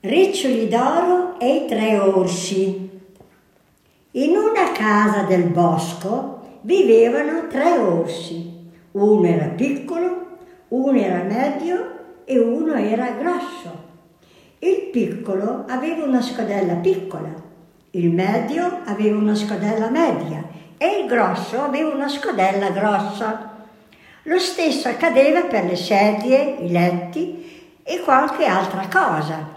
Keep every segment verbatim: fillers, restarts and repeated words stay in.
Riccioli d'oro e i tre orsi. In una casa del bosco vivevano tre orsi. Uno era piccolo, uno era medio e uno era grosso. Il piccolo aveva una scodella piccola, il medio aveva una scodella media e il grosso aveva una scodella grossa. Lo stesso accadeva per le sedie, i letti e qualche altra cosa.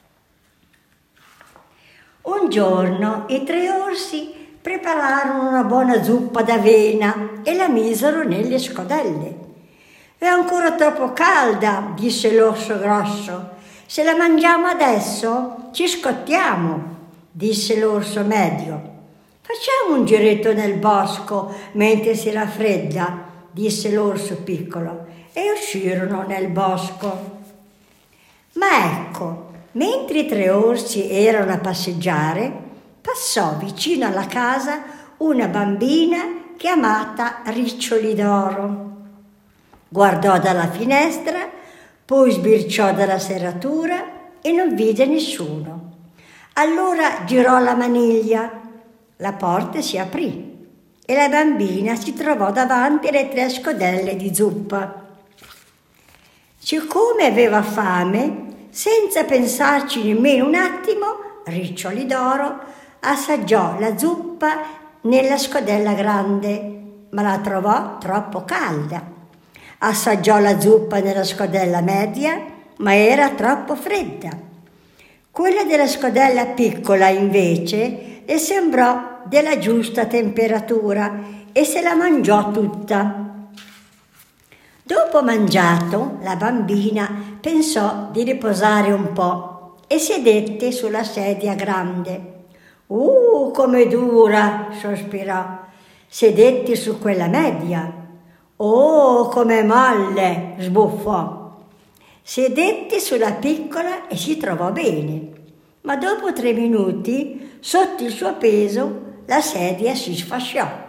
Un giorno i tre orsi prepararono una buona zuppa d'avena e la misero nelle scodelle. «È ancora troppo calda», disse l'orso grosso. «Se la mangiamo adesso ci scottiamo», disse l'orso medio. «Facciamo un giretto nel bosco mentre si raffredda», disse l'orso piccolo, e uscirono nel bosco. Ma ecco, mentre i tre orsi erano a passeggiare, passò vicino alla casa una bambina chiamata Riccioli d'oro. Guardò dalla finestra, poi sbirciò dalla serratura e non vide nessuno. Allora girò la maniglia, la porta si aprì e la bambina si trovò davanti alle tre scodelle di zuppa. Siccome aveva fame, senza pensarci nemmeno un attimo, Riccioli d'oro assaggiò la zuppa nella scodella grande, ma la trovò troppo calda. Assaggiò la zuppa nella scodella media, ma era troppo fredda. Quella della scodella piccola, invece, le sembrò della giusta temperatura e se la mangiò tutta. Dopo mangiato, la bambina pensò di riposare un po' e sedette sulla sedia grande. «Uh, com'è dura!» sospirò. Sedetti su quella media. «Oh, com'è molle!» sbuffò. Sedetti sulla piccola e si trovò bene. Ma dopo tre minuti, sotto il suo peso, la sedia si sfasciò.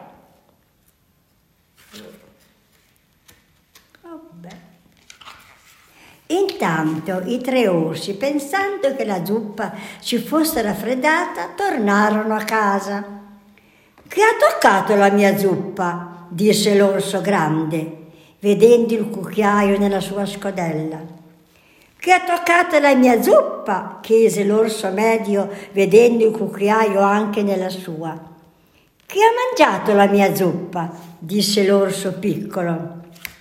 Intanto i tre orsi, pensando che la zuppa si fosse raffreddata, tornarono a casa. «Chi ha toccato la mia zuppa?» disse l'orso grande, vedendo il cucchiaio nella sua scodella. «Chi ha toccato la mia zuppa?» chiese l'orso medio, vedendo il cucchiaio anche nella sua. «Chi ha mangiato la mia zuppa?» disse l'orso piccolo.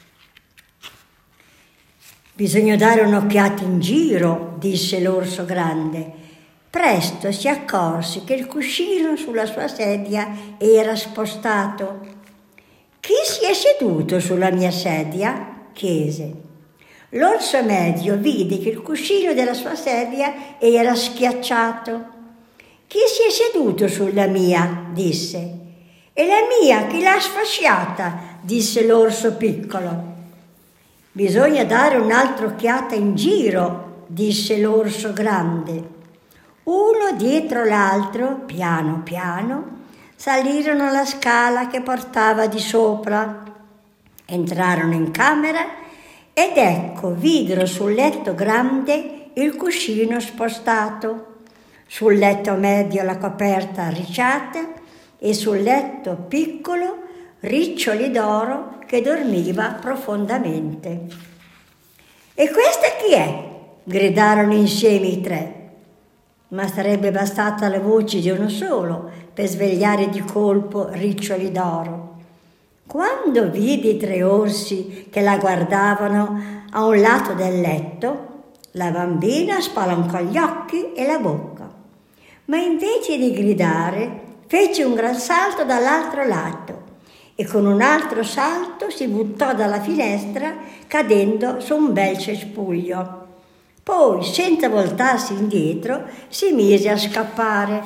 «Bisogna dare un'occhiata in giro», disse l'orso grande. Presto si accorse che il cuscino sulla sua sedia era spostato. «Chi si è seduto sulla mia sedia?» chiese. L'orso medio vide che il cuscino della sua sedia era schiacciato. «Chi si è seduto sulla mia?» disse. «E la mia chi l'ha sfasciata?» disse l'orso piccolo. «Bisogna dare un'altra occhiata in giro», disse l'orso grande. Uno dietro l'altro, piano piano, salirono la scala che portava di sopra. Entrarono in camera ed ecco videro sul letto grande il cuscino spostato, sul letto medio la coperta arricciata e sul letto piccolo Riccioli d'oro che dormiva profondamente. «E questa chi è?» gridarono insieme i tre. Ma sarebbe bastata la voce di uno solo per svegliare di colpo Riccioli d'oro. Quando vide i tre orsi che la guardavano a un lato del letto, la bambina spalancò gli occhi e la bocca, ma invece di gridare fece un gran salto dall'altro lato e con un altro salto si buttò dalla finestra cadendo su un bel cespuglio. Poi, senza voltarsi indietro, si mise a scappare.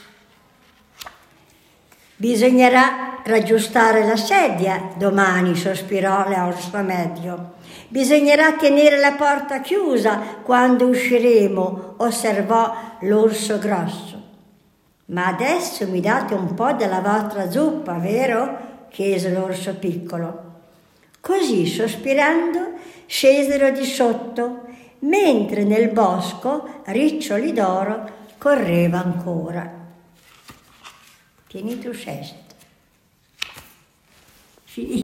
«Bisognerà raggiustare la sedia domani», sospirò l'orso medio. «Bisognerà tenere la porta chiusa quando usciremo», osservò l'orso grosso. «Ma adesso mi date un po' della vostra zuppa, vero?» chiese l'orso piccolo. Così, sospirando, scesero di sotto mentre nel bosco riccioli d'oro correva ancora. Finito sesto. Finito.